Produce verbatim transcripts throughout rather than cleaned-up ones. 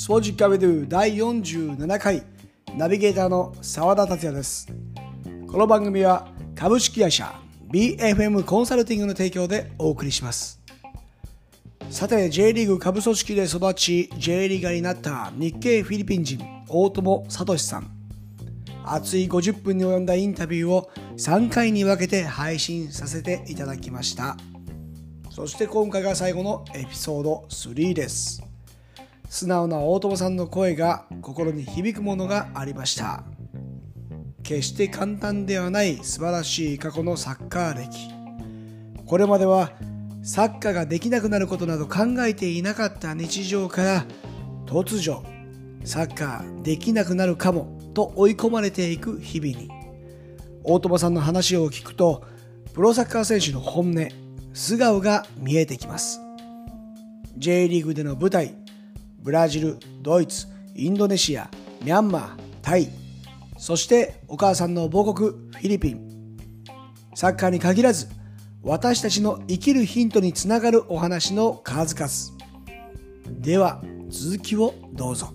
スポジックアベドゥだいよんじゅうななかいナビゲーターの澤田達也です。この番組は株式会社 ビーエフエム コンサルティングの提供でお送りします。さて J リーグ下部組織で育ち J リーガーになった日系フィリピン人大友聡さん、熱いごじゅっぷんに及んだインタビューをさんかいに分けて配信させていただきました。そして今回が最後のエピソードスリーです。素直な大友さんの声が心に響くものがありました。決して簡単ではない素晴らしい過去のサッカー歴。これまではサッカーができなくなることなど考えていなかった日常から突如サッカーできなくなるかもと追い込まれていく日々に、大友さんの話を聞くとプロサッカー選手の本音、素顔が見えてきます。 J リーグでの舞台、ブラジル、ドイツ、インドネシア、ミャンマー、タイ、そしてお母さんの母国フィリピン。サッカーに限らず私たちの生きるヒントにつながるお話の数々では、続きをどうぞ。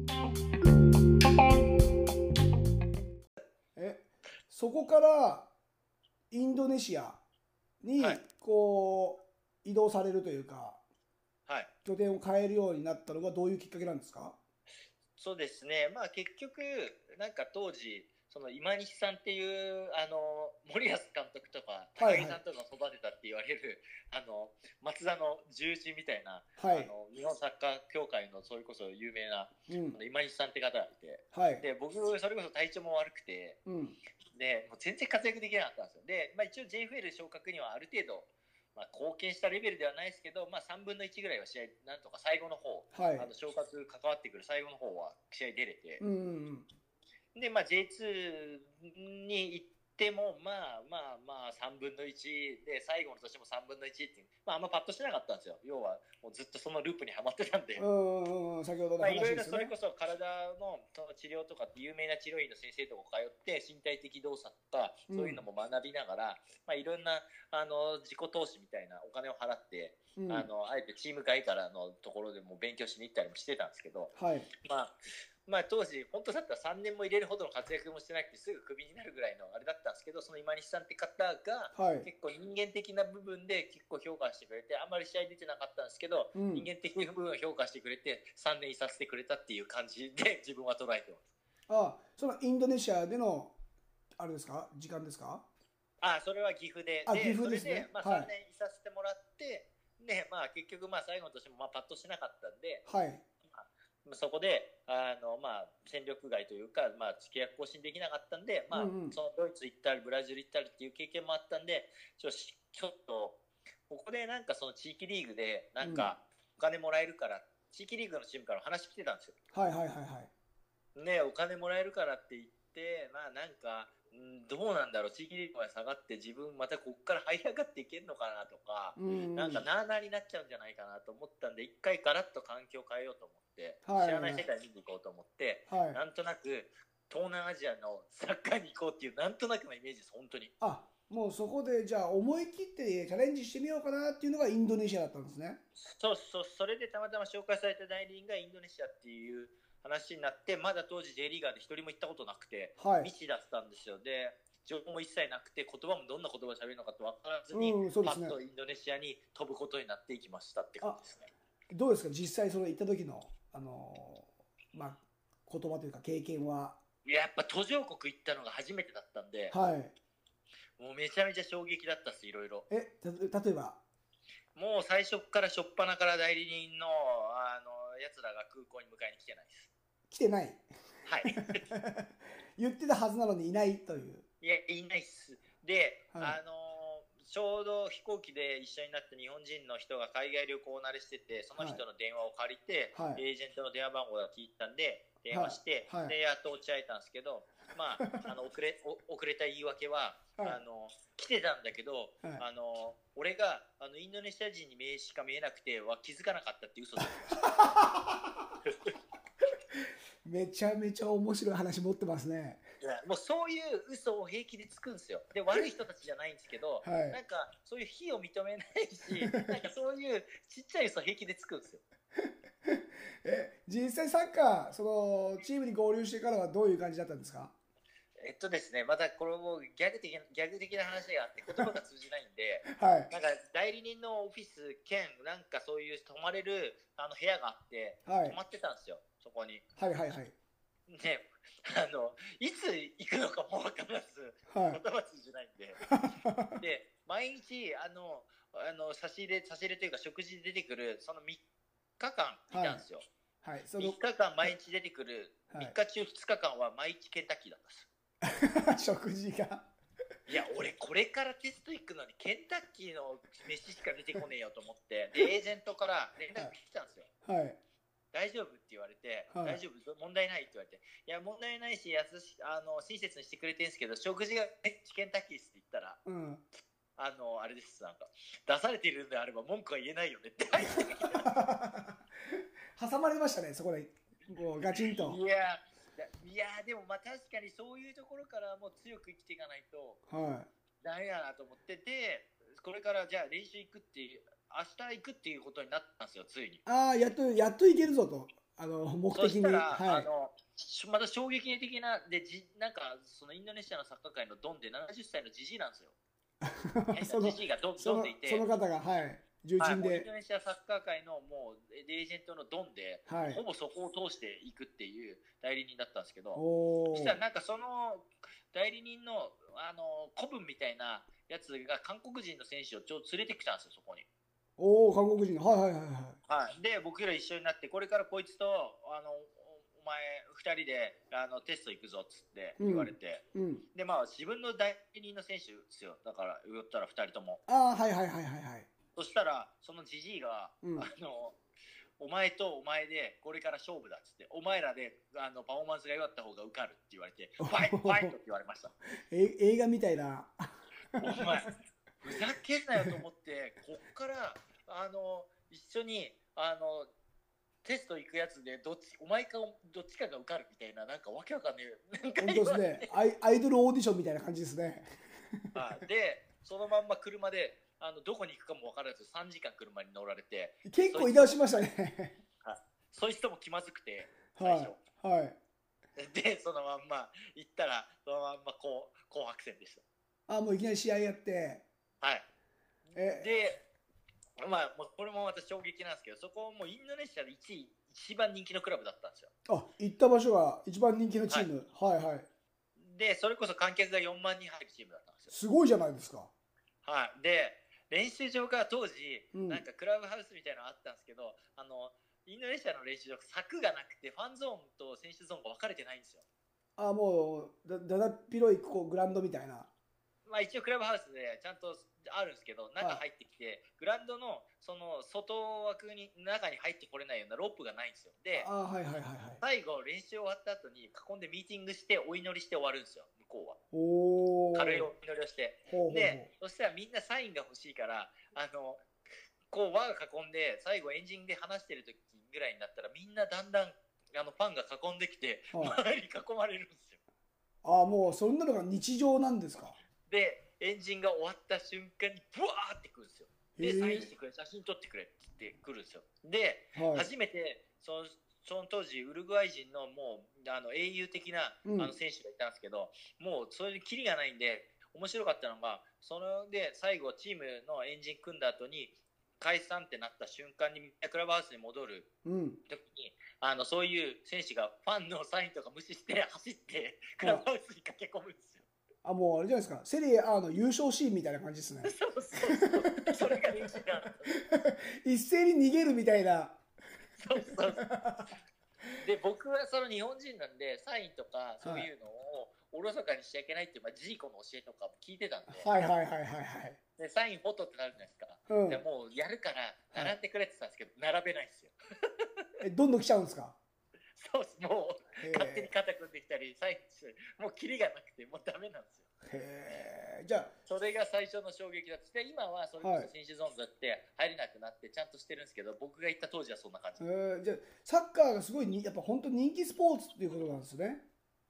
えそこからインドネシアにこう移動されるというか、はい、拠点を変えるようになったのはどういうきっかけなんですか？ そうですね、まあ、結局なんか当時その今西さんっていうあの森保監督とか高木さんとかを育てたって言われる、はいはい、あの松田の重鎮みたいな、はい、あの日本サッカー協会のそれこそ有名な、うん、今西さんって方がいて、はい、で僕それこそ体調も悪くて、うん、でもう全然活躍できなかったんですよ。で、まあ、一応 ジェイエフエル 昇格にはある程度まあ、貢献したレベルではないですけど、まあ、さんぶんのいちぐらいは試合なんとか最後の方、はい、あの昇格関わってくる最後の方は試合出れて、うんうん、で、まあ、ジェイツー に行ってもまあまあまあさんぶんのいちで最後の年もさんぶんのいちって、まあ、あんまパッとしなかったんですよ。要はもうずっとそのループにはまってたんで、 うんうん、先ほどの話ですね。 まあ、いろいろそれこそ体の治療とかって有名な治療院の先生とか通って身体的動作とかそういうのも学びながら、うん、まあ、いろんなあの自己投資みたいなお金を払って、うん、あのあえてチーム外からのところでも勉強しに行ったりもしてたんですけど、はい、まあまあ、当時本当だったらさんねんも入れるほどの活躍もしてなくてすぐクビになるぐらいのあれだったんですけど、その今西さんって方が結構人間的な部分で結構評価してくれて、あんまり試合出てなかったんですけど、うん、人間的な部分を評価してくれてさんねんいさせてくれたっていう感じで自分は捉えてます。 ああ、そのインドネシアでのあれですか、時間ですか？ ああ、それは岐阜で、 あ、岐阜ですね。 それで、まあ、さんねんいさせてもらって、はい、でまあ、結局まあ最後の年もまあパッとしなかったんで、はい、そこであの、まあ、戦力外というか、まあ、契約更新できなかったんで、まあうんうん、そのドイツ行ったりブラジル行ったりっていう経験もあったんで、ちょちょっとここでなんかその地域リーグでなんかお金もらえるから、うん、地域リーグのチームから話来てたんですよ。 はいはいはいはい。 ね、お金もらえるからって言って、まあなんかんどうなんだろう、地域リーグまで下がって自分またここから這い上がっていけるのかなとか、うん、なんかなあなあになっちゃうんじゃないかなと思ったんで、一回ガラッと環境を変えようと思って、はい、知らない世界に見に行こうと思って、はい、なんとなく東南アジアのサッカーに行こうっていうなんとなくのイメージです。本当に。 あ、もうそこでじゃあ思い切ってチャレンジしてみようかなっていうのがインドネシアだったんですね。 そうそう、それでたまたま紹介された代理人がインドネシアっていう話になって、まだ当時 J リーガーで一人も行ったことなくて、はい、未知だったんですよ。で情報も一切なくて、言葉もどんな言葉を喋るのかと分からずに、うん、パッとインドネシアに飛ぶことになっていきましたって感じですね。 どうですか、実際その行った時の、あのーまあ、言葉というか経験は。 やっぱ途上国行ったのが初めてだったんで、はい、もうめちゃめちゃ衝撃だったっす。いろいろ。 えた例えばもう最初から初っ端から代理人のあのやつらが空港に迎えに来てないです。 来てない。 はい言ってたはずなのにいないという。 いや、いないっす。で、はい、あのちょうど飛行機で一緒になった日本人の人が海外旅行慣れしてて、その人の電話を借りて、はい、エージェントの電話番号が聞いたんで電話して、はいはい、でやっと落ち合えたんですけど、まあ、あの遅れ遅れた言い訳は、はい、あの来てたんだけど、はい、あの俺があのインドネシア人に名しか見えなくては気づかなかったって嘘つきましためちゃめちゃ面白い話持ってますね。 いや、もうそういう嘘を平気でつくんですよ。で、悪い人たちじゃないんですけど、はい、なんかそういう非を認めないし、なんかそういうちっちゃい嘘平気でつくんですよ。 え、実際サッカー、その、チームに合流してからはどういう感じだったんですか？ えっとですね、またこれもギャグ的な、ギャグ的な話があって言葉が通じないんで、 はい。 なんか代理人のオフィス兼、なんかそういう泊まれるあの部屋があって、 はい。 泊まってたんですよ、そこに。 はいはいはい。 ね、あの、いつ行くのかもわからず、 はい。 言葉通じないんで。で、毎日、あの、あの差し入れ、差し入れというか食事で出てくる、そのみっかかんいたんですよ。 はい。はい。そ 3 の、 日間毎日出てくる、 はい。 みっか中ふつかかんは毎日ケンタッキーだったんですよ。 食事が。 いや、俺これからテスト行くのにケンタッキーの飯しか出てこねえよと思って、で、エージェントから連絡来たんですよ。 はい。 大丈夫って言われて、 はい。 大丈夫問題ないって言われて、いや、問題ないし、やすしあの親切にしてくれてるんですけど、食事がケンタッキーですって言ったら、 うん。 あの、あれです、なんか、出されているんであれば文句は言えないよねって入ってきて。 挟まれましたね、そこで。もうガチンと。 いや、いや、でもまあ確かにそういうところからもう強く生きていかないと、 はい。 ダメだなと思ってて、これからじゃあ練習行くっていう、明日行くっていうことになったんですよ、ついに。 ああ、やっと、やっといけるぞと。あの、目そ的に。 したら、 はい。 あの、また衝撃的な、で、じなんか、そのインドネシアのサッカー界のドンでななじゅっさいのジジイなんですよ。変なジその、 ジイがドンその、 ドンでいて、 その方が、はい。重はい、 鎮で。 もうインドネシアサッカー界のもうエージェントのドンで、 はい。 ほぼそこを通していくっていう代理人だったんですけど、 おー。 そしたらなんかその代理人のあの子分みたいなやつが韓国人の選手をちょっと連れてきたんですよ、そこに。 おー、韓国人の。はいはいはいはい。 はい、で、僕ら一緒になって、これからこいつとあのお前ふたりであのテスト行くぞっつって言われて、 うん。うん。 で、まあ自分の代理人の選手ですよ、だから言ったらふたりとも。 ああ、はいはいはいはいはい。 そしたら、そのじじいが、 うん。 あの、お前とお前でこれから勝負だっつって、お前らであのパフォーマンスが良かった方が受かるって言われて、ファイトファイトって言われました。 え、映画みたいな。 お前、ふざけんなよと思って、こっから、あの、一緒に、あの、テスト行くやつで、どっち、お前かどっちかが受かるみたいな、なんかわけわかんねえ。なんか本当ですね。アイ、アイドルオーディションみたいな感じですね。 で、そのまんま車で、あのどこに行くかも分からずさんじかん車に乗られて、 結構移動しましたね。 そいつとも気まずくて最初、 はい、はい、 でそのまんま行ったらそのまんまこう紅白戦でした。 あ、もういきなり試合やって、 はい。 えでまあもうこれもまた衝撃なんですけど、そこもインドネシアでいちい一番人気のクラブだったんですよ。 あ、行った場所が一番人気のチーム、はい、はいはい。 でそれこそ観客がよんまんにん入るチームだったんですよ。 すごいじゃないですか。 はい。で練習場が当時、 うん、 なんかクラブハウスみたいなのあったんですけど、あのインドネシアの練習場柵がなくてファンゾーンと選手ゾーンが分かれてないんですよ。 あ、もうだだだっ広いこうグラウンドみたいな。 まあ一応クラブハウスでちゃんとあるんですけど、中入ってきて、はい、グラウンドのその外枠に中に入ってこれないようなロープがないんですよ。で、 あ、はいはいはいはい、 最後練習終わった後に囲んでミーティングしてお祈りして終わるんですよ、向こうは。 お軽いお祈りをして。 ほうほうほう。 でそしたらみんなサインが欲しいから、あのこう輪が囲んで最後エンジンで話してる時ぐらいになったら、みんなだんだんあのファンが囲んできて、はい、周りに囲まれるんですよ。 あ、もうそんなのが日常なんですか。 でエンジンが終わった瞬間にブワーってくるんですよ。でサインしてくれ、写真撮ってくれって言ってくるんですよ。で、はい、初めてそのその当時ウルグアイ人のもうあの英雄的な、うん、あの選手がいたんですけど、もうそれでキリがないんで面白かったのが、それで最後チームのエンジン組んだ後に解散ってなった瞬間にクラブハウスに戻る時に、うん、あのそういう選手がファンのサインとか無視して走ってクラブハウスに駆け込むんですよ。 あ、もうあれじゃないですか、セリエ A の優勝シーンみたいな感じですね。 そうそうそう、それが練習なんだ一斉に逃げるみたいな。 そうそうで僕はその日本人なんで、サインとかそういうのをおろそかにしちゃいけないっていう、まあ、ジーコの教えとかも聞いてたんで、 はいはいはいはいはい。 でサインフォトってなるじゃないですか、うん、でもうやるから並んでくれって言ったんですけど、はい、並べないんですよ。 え、どんどん来ちゃうんですか。 そうです、もう勝手に肩組んできたりサインして、もうキリがなくてもうダメなんですよ。 へえ。じゃあそれが最初の衝撃だった。今はそれこそ選手ゾーンだって入れなくなってちゃんとしてるんですけど、はい、僕が行った当時はそんな感じ。 へえ。じゃあサッカーがすごいにやっぱ本当人気スポーツっていうことなんですね。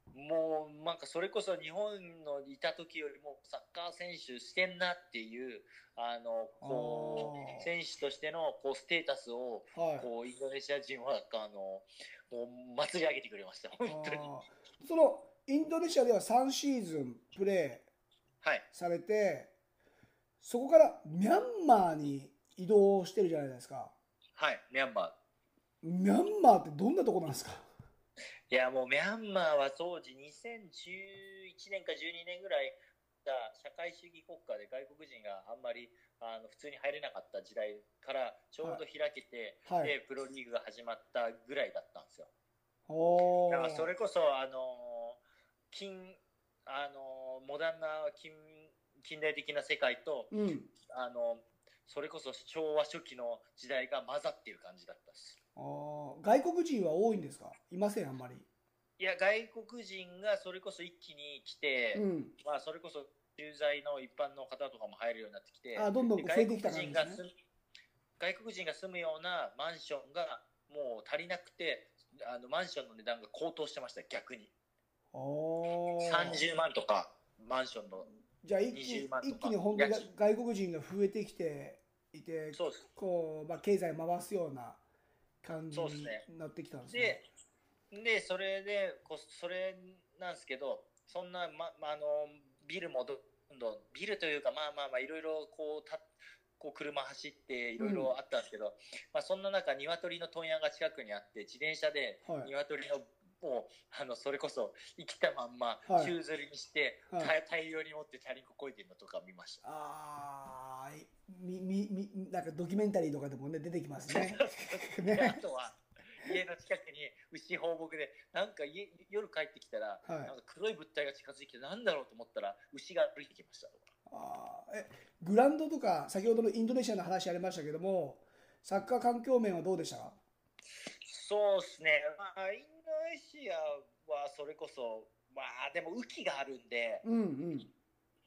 もうなんかそれこそ日本のいた時よりもサッカー選手してんなっていうあのこう選手としてのこうステータスをこうインドネシア人はあのもう祭り上げてくれました本当に。 そのインドネシアではさんシーズンプレーされて、はい、そこからミャンマーに移動してるじゃないですか。 はい、ミャンマー。 ミャンマーってどんなとこなんですか？ いやもうミャンマーは当時にせんじゅういちねんかじゅうにねんぐらいだ社会主義国家で外国人があんまりあの普通に入れなかった時代からちょうど開けて、はい、でプロリーグが始まったぐらいだったんですよ。だからそれこそあの近あのモダンな近近代的な世界と、うん、あのそれこそ昭和初期の時代が混ざっている感じだったです。 あ、外国人は多いんですか？いませんあんまり。 いや外国人がそれこそ一気に来て、うん、まあそれこそ駐在の一般の方とかも入るようになってきて、 あ、どんどん増えてきた感じですね。 外国人が住むようなマンションがもう足りなくて、あのマンションの値段が高騰してました。逆にさんじゅうまんとかマンションのじゃあ一気に一気に本当に外国人が増えてきていて、こう、まあ、経済を回すような感じになってきたんですね。 で、でそれでこそれなんですけど、そんな、ままあのビルもどんどんビルというかまあまあまあいろいろこうたこう車走っていろいろあったんですけど、うん、まあ、そんな中鶏の問屋が近くにあって自転車で鶏の、はい、もうあのそれこそ生きたまんま宙吊りにして、はいはい、大量に持ってチャリンコこいでるのとか見ました。 ああ、みみみなんかドキュメンタリーとかでもね出てきますね。 ね、あとは家の近くに牛放牧でなんか家夜帰ってきたら、はい、なんか黒い物体が近づいてきてなんだろうと思ったら牛が歩いてきましたとか。 あえグラウンドとか先ほどのインドネシアの話ありましたけども、サッカー環境面はどうでしたか？ そうですね、まあ、インドネシアはそれこそまあでも雨季があるんで、うんうん、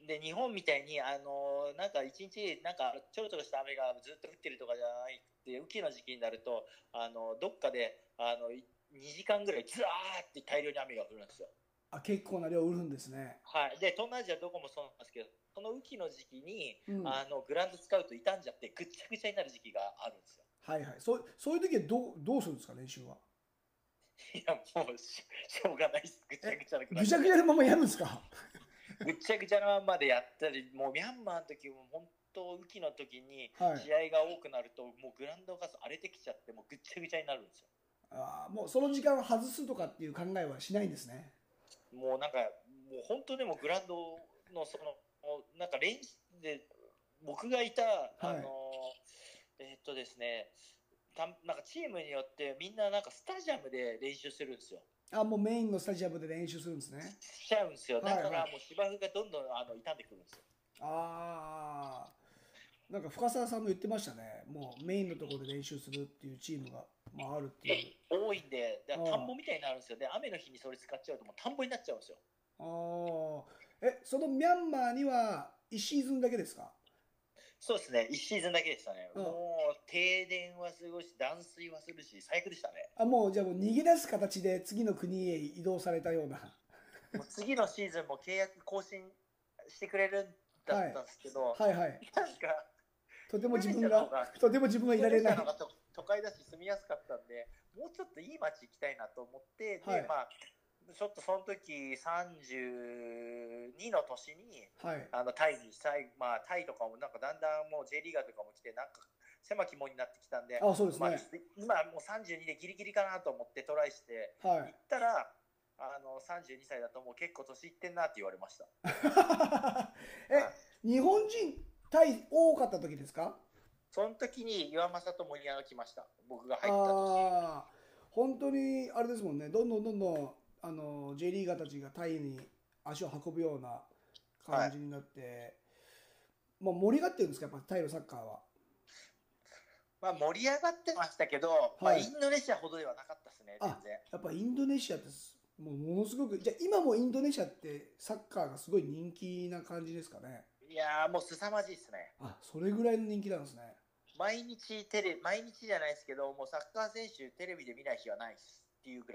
で日本みたいにあのなんか一日なんかちょろちょろした雨がずっと降ってるとかじゃなくて、雨季の時期になるとあのどっかであのにじかんぐらいずらーって大量に雨が降るんですよ。 あ、結構な量降るんですね。 はい、で東南アジアどこもそうなんですけど、その雨季の時期に、うん、あのグラウンド使うと傷んじゃってぐっちゃぐちゃになる時期があるんですよ。 はいはい、そうそういう時はどうどうするんですか練習は？ いやもう し, しょうがないです。ぐちゃぐちゃなぐちゃぐちゃのままやるんですか？ ぐちゃぐちゃのままでやったり、もうミャンマーの時も本当雨季の時に試合が多くなると、はい、もうグラウンドが荒れてきちゃってもうぐっちゃぐちゃになるんですよ。 ああ、もうその時間を外すとかっていう考えはしないんですね。 もうなんかもう本当でもグラウンドのそのなんか練習で僕がいた、はい、あのえー、っとですねたなんかチームによってみんななんかスタジアムで練習するんですよ。 あ、もうメインのスタジアムで練習するんですね。 しちゃうんですよ。だからもう芝生がどんどんあの傷んでくるんですよ。 ああ、なんか深澤さんも言ってましたね。もうメインのところで練習するっていうチームが、まあ、あるっていう。 多いんで、だから田んぼみたいになるんですよ。で、雨の日にそれ使っちゃうともう田んぼになっちゃうんですよ。 ああ、え、そのミャンマーにはいちシーズンだけですか？ そうですね、いちシーズンだけでしたね。もう停電はすごいし、断水はするし、最悪でしたね。 あ、もうじゃあもう逃げ出す形で次の国へ移動されたような。 もう次のシーズンも契約更新してくれるんだったんですけど、 はい、はいはい、 なんかとても自分がとても自分がいられない。 都会だし住みやすかったんで、もうちょっといい街行きたいなと思って、はい、でまあちょっとその時さんじゅうにの年に、はい、あのタイにまあタイとかもなんかだんだんもう J リーガーとかも来てなんか狭き門になってきたんで、 あ、そうですね、 まあ、今もうさんじゅうにでギリギリかなと思ってトライして、はい、行ったらあのさんじゅうにさいだともう結構年いってんなって言われました。 え、はい、日本人タイ多かった時ですか？ その時に岩政と森谷が来ました。僕が入った時。 あ、本当にあれですもんね。どんどんどんどんあの J リーガーたちがタイに足を運ぶような感じになって、はい、まあ、盛り上がってるんですか、やっぱタイのサッカーは。 まあ、盛り上がってましたけど、はい、まあ、インドネシアほどではなかったですね、全然。 やっぱインドネシアってもうものすごく、じゃあ今もインドネシアってサッカーがすごい人気な感じですかね？ いやーもう凄まじいですね。 あ、それぐらいの人気なんですね。 毎日テレ毎日じゃないですけど、もうサッカー選手テレビで見ない日はないっていうぐらい。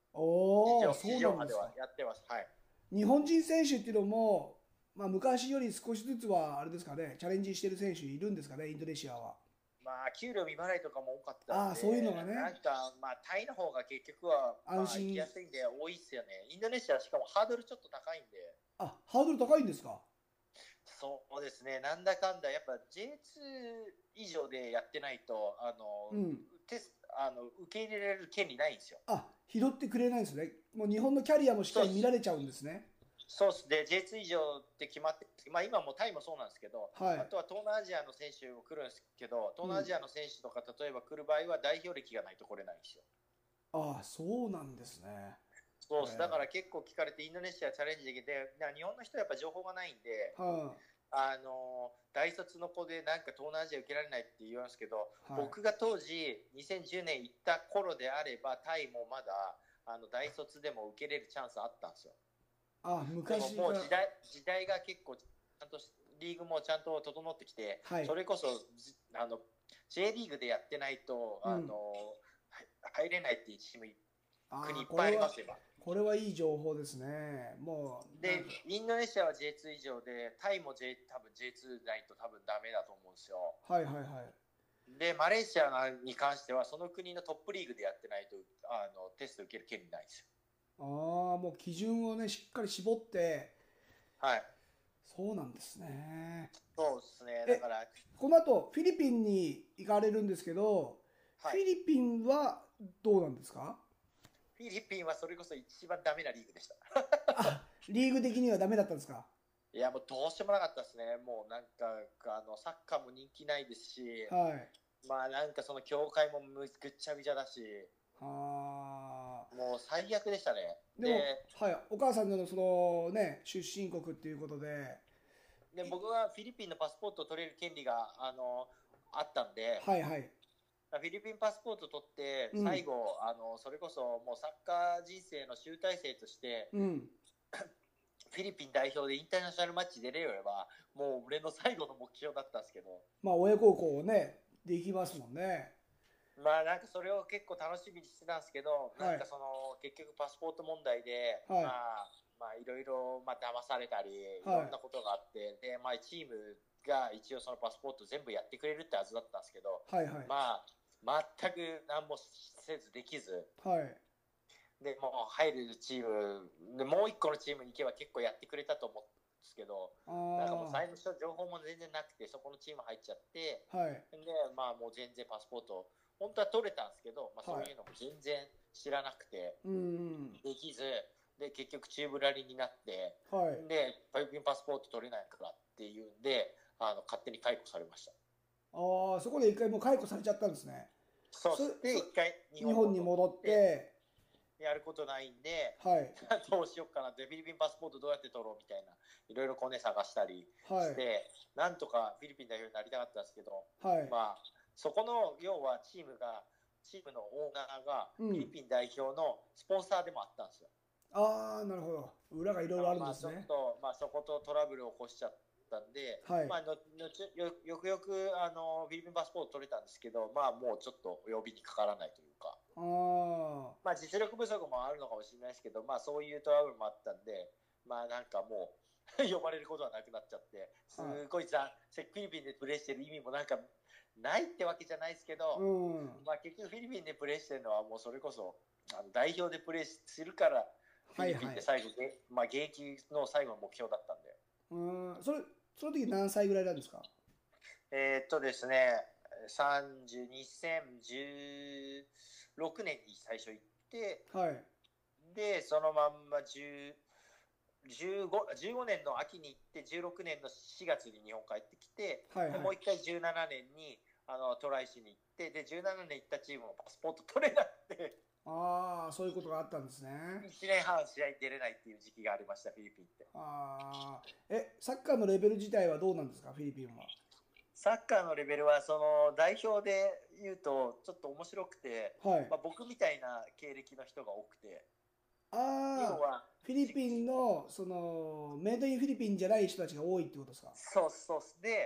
おお、 地そう上波ではなんですか。 やってます。はい。 日本人選手っていうのも、まあ、昔より少しずつはあれですかね、チャレンジしてる選手いるんですかね、インドネシアは。 まあ、給料未払いとかも多かったああ、 んで、 そういうのがね、 なんか、まあ、タイの方が結局は、 安まあ、行きや心。 すいんで多いっすよね。インドネシアはしかもハードルちょっと高いんで、 あ、ハードル高いんですか。 そうですね、なんだかんだ、やっぱ ジェイツー 以上でやってないと、あの、 うん。 テスあの受け入れられる権利ないんですよ。 あ、拾ってくれないんですね。もう日本のキャリアもしっかり見られちゃうんですね。 そうっすで、ジェイツー 以上って決まって、まあ、今もタイもそうなんですけど、 はい。 あとは東南アジアの選手も来るんですけど、東うん。 南アジアの選手とか、例えば来る場合は代表歴がないと来れないんですよ。 ああ、そうなんですね。 そうっすだからえ結構聞かれて、インドネシアチャレンジできて、な日本の人はやっぱ情報がないんで、 ー、はあの大卒の子でなんか東南アジア受けられないって言うんですけど、 い。はい。 僕が当時にせんじゅうねん行った頃であれば、タイもまだあの大卒でも受けれるチャンスあったんですよ。 あ、 でも昔が、 もう時代時代が結構ちゃんとリーグもちゃんと整ってきて、 はい。 それこそじあの J リーグでやってないとうん。 あの入れないっていうチーム国ああ、 いっこれは、 ぱいありますよ今。 これはいい情報ですね。もう、なんでか、 インドネシアは ジェイツー 以上で、タイも、J、多分 ジェイツー ないと多分ダメだと思うんですよ。 はいはいはい。 でマレーシアに関してはその国のトップリーグでやってないとあのテスト受ける権利ないんですよ。 ああ、もう基準をね、しっかり絞って、 はい、 そうなんですね。 そうですね。だかえ、 ら、 この後、フィリピンに行かれるんですけど、 はい、 フィリピンはどうなんですか。 フィリピンはそれこそ一番ダメなリーグでした。 あ、リーグ的にはダメだったんですか。 いやもうどうしようもなかったですね。もうなんかあのサッカーも人気ないですし、 はい。 まあなんかその協会もむぐっちゃぐちゃだし、 ああ。 もう最悪でしたね。 でも、 で、 はい、お母さんのそのね、出身国っていうことで、 で僕はフィリピンのパスポートを取れる権利があのあったんで、 はいはい。 フィリピンパスポート取ってうん、 最後あのそれこそもうサッカー人生の集大成としてうん。 フィリピン代表でインターナショナルマッチ出れればもう俺の最後の目標だったんですけど、 まあ、親孝行ね、できますもんね。 まあなんかそれを結構楽しみにしてたんですけど、なはい、 んかその結局パスポート問題ではい、 まあまあいろいろまあ騙されたりいろんはい、 なことがあって、でまあチームが一応そのパスポート全部やってくれるってはずだったんですけど、 はい、はい、 まあ全く何もせずできず、 はい。 でもう入るチームでもう一個のチームに行けば結構やってくれたと思うんですけど、なんかもうあ最初情報も全然なくてそこのチーム入っちゃって、 あ、はい、 でまあもう全然パスポート本当は取れたんですけど、まあ、そうはい。 いうのも全然知らなくてうん、 できず、で結局チームラリになって、 はい。 でフィリピンパスポート取れないからっていうんであの勝手に解雇されました。 ああ、そこで一回もう解雇されちゃったんですね。そ、 そしてそ、 一回日日本戻っ本に戻ってて、 やることないんで、 はい、 どうしようかなって、フィリピンパスポートどうやって取ろうみたいな、いろいろコネ探したりはい、 して、なんとかフィリピン代表になりたかったんですけど、 はい。 まあ、そこの要はチームが、チームのオーナーがうん。 フィリピン代表のスポンサーでもあったんですよ。 ああ、なるほど。裏がいろいろあるんまあちょっですね。 と、まあ、そことトラブルを起こしちゃったんで、 はい。 まあ、ののちよよくよくあのフィリピンパスポート取れたんですけど、まあ、もうちょっとお呼びにかからないというか。 ああ、 まあ、実力不足もあるのかもしれないですけど、まあ、そういうトラブルもあったんで、まあ、なんかもう呼ばれることはなくなっちゃって、すはい。 ごいざフィリピンでプレーしてる意味もなんかないってわけじゃないですけうど、 ん。 まあ、結局フィリピンでプレーしてるのはもうそれこそあの代表でプレーするからフィリピンはいはい。 って最後、まあ、現役の最後の目標だったんで。 うん。それ、その時何歳ぐらいなんですか。 えー、っとですね、さんじゅうにせんじゅうろくねんに最初行って、 はい。 で、そのまんまじゅう、じゅうご、じゅうごねんの秋に行って、じゅうろくねんのしがつに日本帰ってきて、 はいはい。 でもう一回じゅうななねんにあのトライしに行って、で、じゅうななねん行ったチームもパスポート取れなくて、 ああ、そういうことがあったんですね。 いちねんはん試合出れないっていう時期がありました、フィリピンって。 ああ、え、サッカーのレベル自体はどうなんですか、フィリピンは。 サッカーのレベルは、その代表で言うと、ちょっと面白くて、 はい。 まあ、僕みたいな経歴の人が多くて、要ああ、 は、 フィリピンの、その、メイドインフィリピンじゃない人たちが多いってことですか。 そうそうで、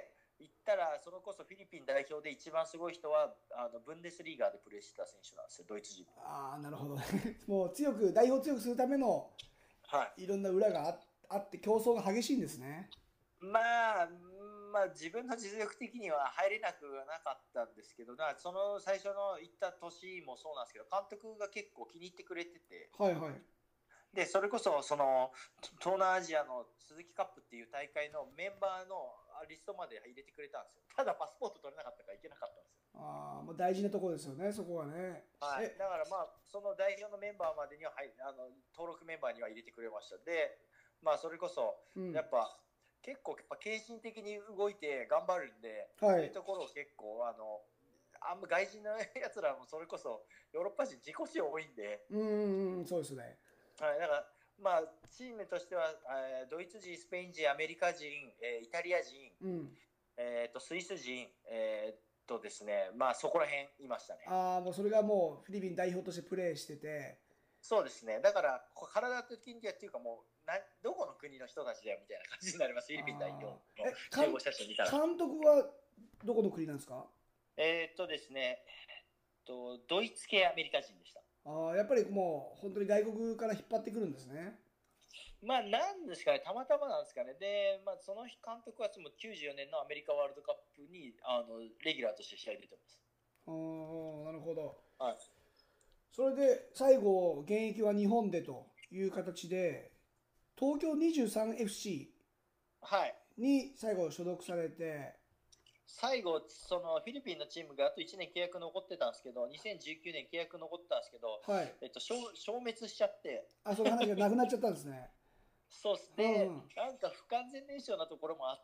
言ったら、それこそフィリピン代表で一番すごい人はあのブンデスリーガーでプレーしてた選手なんですよ、ドイツ人。 ああ、なるほどね。もう強く、代表を強くするためのはい、 いろんな裏がああって、競争が激しいんですね。 まあ、まあ、自分の実力的には入れなくはなかったんですけど、だからその最初の行った年もそうなんですけど、監督が結構気に入ってくれてて、 はいはい。 でそれこそその東南アジアの鈴木カップっていう大会のメンバーのリストまで入れてくれたんですよ。ただパスポート取れなかったから行けなかったんですよ。 ああ、もう大事なところですよね、そこはね。 はい、 え、 だからまあその代表のメンバーまでには、はい、あの登録メンバーには入れてくれました。で、まあ、それこそうん。 やっぱ結構やっぱ献身的に動いて頑張るんで、 はい。 そういうところを結構あのあんま外人のやつらもそれこそヨーロッパ人自己主張多いんで、 うんうんうん、そうですね。 はい、だからまあチームとしては、えードイツ人、スペイン人、アメリカ人、えーイタリア人、 うん。 えー、とスイス人、えー、とですね、まあそこら辺いましたね。 ああ、もうそれがもうフィリピン代表としてプレーしてて、 そうですね。だから、こう体的にっていうかもうな、どこの国の人たちだよみたいな感じになります、フィリピン代表のああ、え、監集合写真見たら。 監督はどこの国なんですか？ えーっとですね、えっと、ドイツ系アメリカ人でした。 ああ、やっぱりもう本当に外国から引っ張ってくるんですね。 まあ、なんですかね、たまたまなんですかね。で、まあ、その監督はそのきゅうじゅうよねんのアメリカワールドカップにあのレギュラーとして試合出てます。 ああ、なるほど。 はい。 それで最後、現役は日本でという形で、東京 にじゅうさんエフシはい。 ー に最後所属されて、 最後、そのフィリピンのチームがあといちねん契約残ってたんですけど、にせんじゅうきゅうねん契約残ってたんですけど、 はい。 えっと、消消滅しちゃって、 あ、その話がなくなっちゃったんですね。 そうっす。で、 うんうん。 なんか不完全燃焼なところもあって、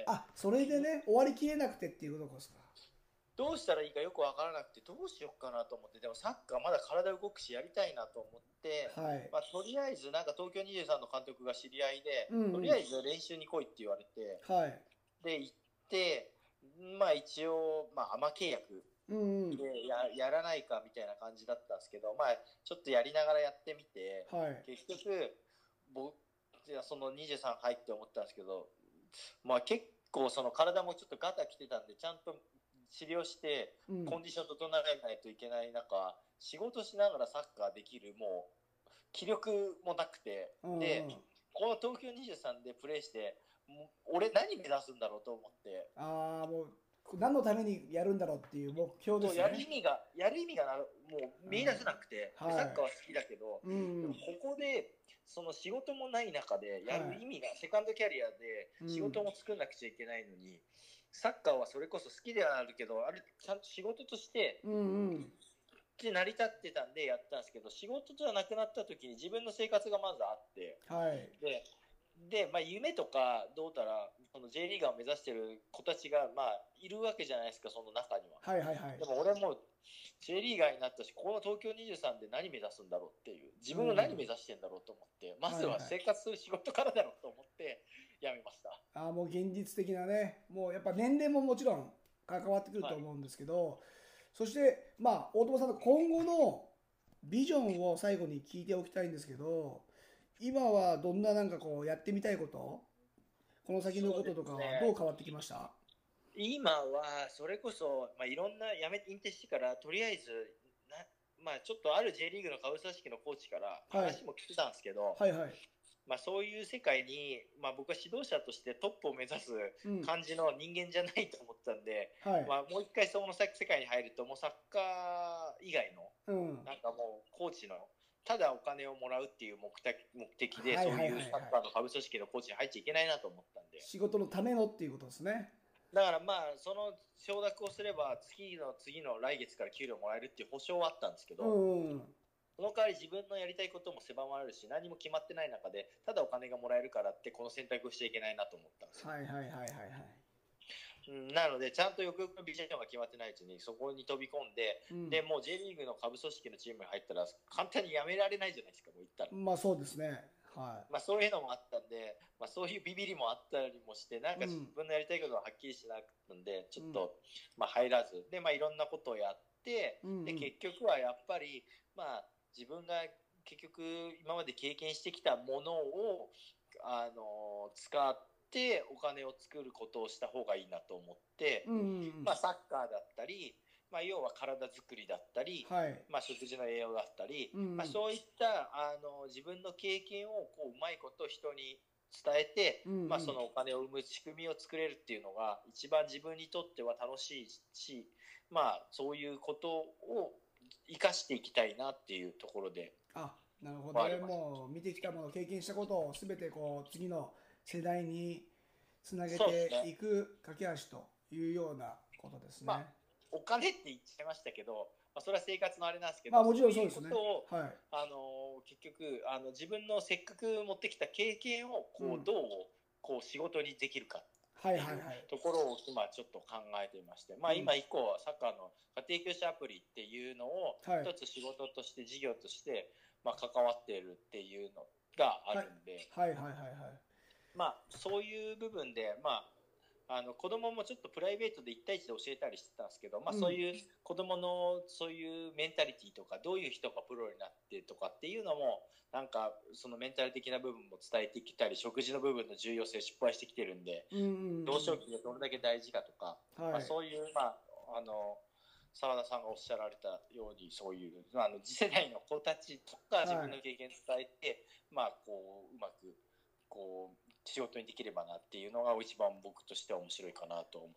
あ、それでね、終わりきれなくてっていうことですか。 どうしたらいいかよくわからなくて、どうしようかなと思って、でもサッカーまだ体動くしやりたいなと思って、 はい。 まあ、とりあえずなんか東京にじゅうさんの監督が知り合いで、 うんうん。 とりあえず練習に来いって言われて、 はい。 で、行って、まあ一応、まあ、アマ契約うんうん。 でややらないかみたいな感じだったんですけど、まあ、ちょっとやりながらやってみて、 はい。 結局、僕、そのにじゅうさん入って思ったんですけど、まあ、結構その体もちょっとガタきてたんで、ちゃんと治療してうん。 コンディション整えないといけない中、仕事しながらサッカーできる、もう気力もなくて、で、 うんうん。 この東京にじゅうさんでプレーして、もう俺何目指すんだろうと思って、 ああ、もう、何のためにやるんだろうっていう目標でとやる意すね。 味が、やる意味がなもう見出せなくて、でサッカーはは好きだけど、 い。うんうん。 でもここで、その仕事もない中でやるはい。 意味が、セカンドキャリアで仕事うん。 も作んなくちゃいけないのに、サッカーはそれこそ好きではあるけど、あれちゃんと仕事としてうんうん。 で成り立ってたんでやったんですけど、仕事じゃなくなった時に自分の生活がまずあって、 はい。 で、で、まあ、夢とかどうたら、その J リーガーを目指してる子たちが、まあ、いるわけじゃないですか、その中には。 はいはいはい。 でも俺も J リーガーになったし、この東京にじゅうさんで何目指すんだろうっていう、自分は何うん。 目指してんだろうと思って、まずははいはい。 生活する仕事からだろうと思って辞めました。 ああ、もう現実的なね、もうやっぱ年齢ももちろん関わってくるはい。 と思うんですけど、そして、まあ、大友さんの今後のビジョンを最後に聞いておきたいんですけど、今はどんななんかこうやってみたいこと、この先のそうでこととかすね。 はどう変わってきました？ 今は、それこそ、まあ、いろんな辞め、引退してから、とりあえず、なまあ、ちょっとある J リーグの下部組織のコーチからはい。 話も聞いてたんですけど、 はいはい。 まあ、そういう世界に、まあ、僕は指導者としてトップを目指すうん。 感じの人間じゃないと思ったんで、 はい。 まあ、もう一回その世界に入ると、もうサッカー以外の、 うん。 なんかもうコーチの、ただお金をもらうっていう目的目的で、 はいはいそういうはいはい。 サッカーの下部組織のコーチに入っちゃいけないなと思ったんで、 仕事のためのっていうことですね。 だからまあ、その承諾をすれば、次の次の来月から給料もらえるっていう保証はあったんですけうど、 んうん。 その代わり自分のやりたいことも狭まるし、何も決まってない中で、ただお金がもらえるからって、この選択をしちゃいけないなと思ったんですよ。 はいはいはいはいはい。 うん、なので、ちゃんとよくよくのビジョンが決まってないうちに、そこに飛び込んで、 うん。 でもう J リーグの下部組織のチームに入ったら、簡単に辞められないじゃないですか、もう言ったら。 まあそうですね。はまあ、そういうのもあったんで、まあ、そういうビビりもあったりもして、なんい。うか自ん。 分のやりたいことがはっきりしなかったんで、ちうん。 ょっと、まあ、入らず、で、まあ、いろんなことをやって、 うんうで、 ん。 結局はやっぱり、まあ、自分が結局今まで経験してきたものを、あの、使っってお金を作ることをした方がいいなと思って、 うんうんうん、 まあ、サッカーだったり、まあ、要は体作りだったり、はい、まあ、食事の栄養だったり、うんうん、まあ、そういったあの自分の経験をこううまいこと人に伝えて、うんうん、まあ、そのお金を生む仕組みを作れるっていうのが一番自分にとっては楽しいし、まあ、そういうことを生かしていきたいなっていうところで。 あ、なるほど、ね、もう見てきたもの、経験したことを全てこう次の世代につなげていく架け橋というようなことですね。 まあ、お金って言っちゃいましたけど、まあ、それは生活のあれなんですけど、 まあ、もちろんそうですね。 そういうことを、はい、あの結局あの自分のせっかく持ってきた経験をこうどう、うん、こう仕事にできるかっていうところを今ちょっと考えていまして、まあ、今以降はサッカーの家庭教師アプリっていうのを一つ仕事として事業としてまあ関わっているっていうのがあるんで、 はいはいはいはいはい、 まあそういう部分でまああの子供もちょっとプライベートでいち対いちで教えたりしてたんですけど、まあ、そういう子供のそういうメンタリティとかどういう人がプロになってとかっていうのもなんかそのメンタル的な部分も伝えてきたり、食事の部分の重要性を失敗してきてるんで、幼少期がどれだけ大事かとか、はい、まあ、そういう、まあ、あの澤田さんがおっしゃられたようにそういうあの次世代の子たちとか自分の経験を伝えて、はい、まあこううまくこう仕事にできればなっていうのが一番僕としては面白いかなと思った。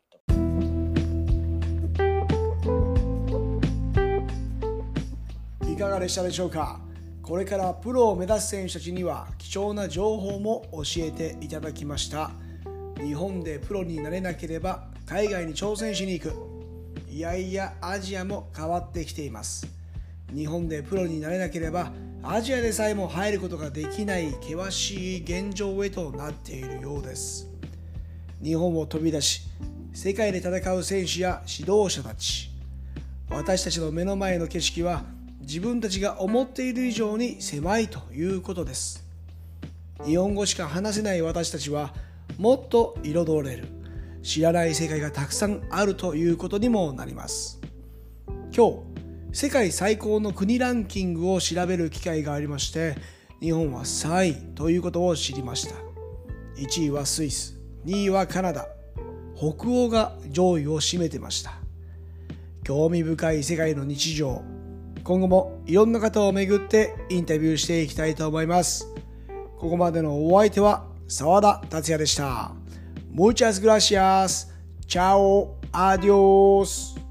いかがでしたでしょうか。これからプロを目指す選手たちには貴重な情報も教えていただきました。日本でプロになれなければ海外に挑戦しに行く。いやいやアジアも変わってきています。日本でプロになれなければアジアでさえも入ることができない険しい現状へとなっているようです。日本を飛び出し世界で戦う選手や指導者たち、私たちの目の前の景色は自分たちが思っている以上に狭いということです。日本語しか話せない私たちはもっと彩れる、知らない世界がたくさんあるということにもなります。今日世界最高の国ランキングを調べる機会がありまして、日本はさんいということを知りました。いちいはスイス、にいはカナダ、北欧が上位を占めてました。興味深い世界の日常、今後もいろんな方を巡ってインタビューしていきたいと思います。ここまでのお相手は澤田達也でした。Muchas gracias. Chao. Adiós.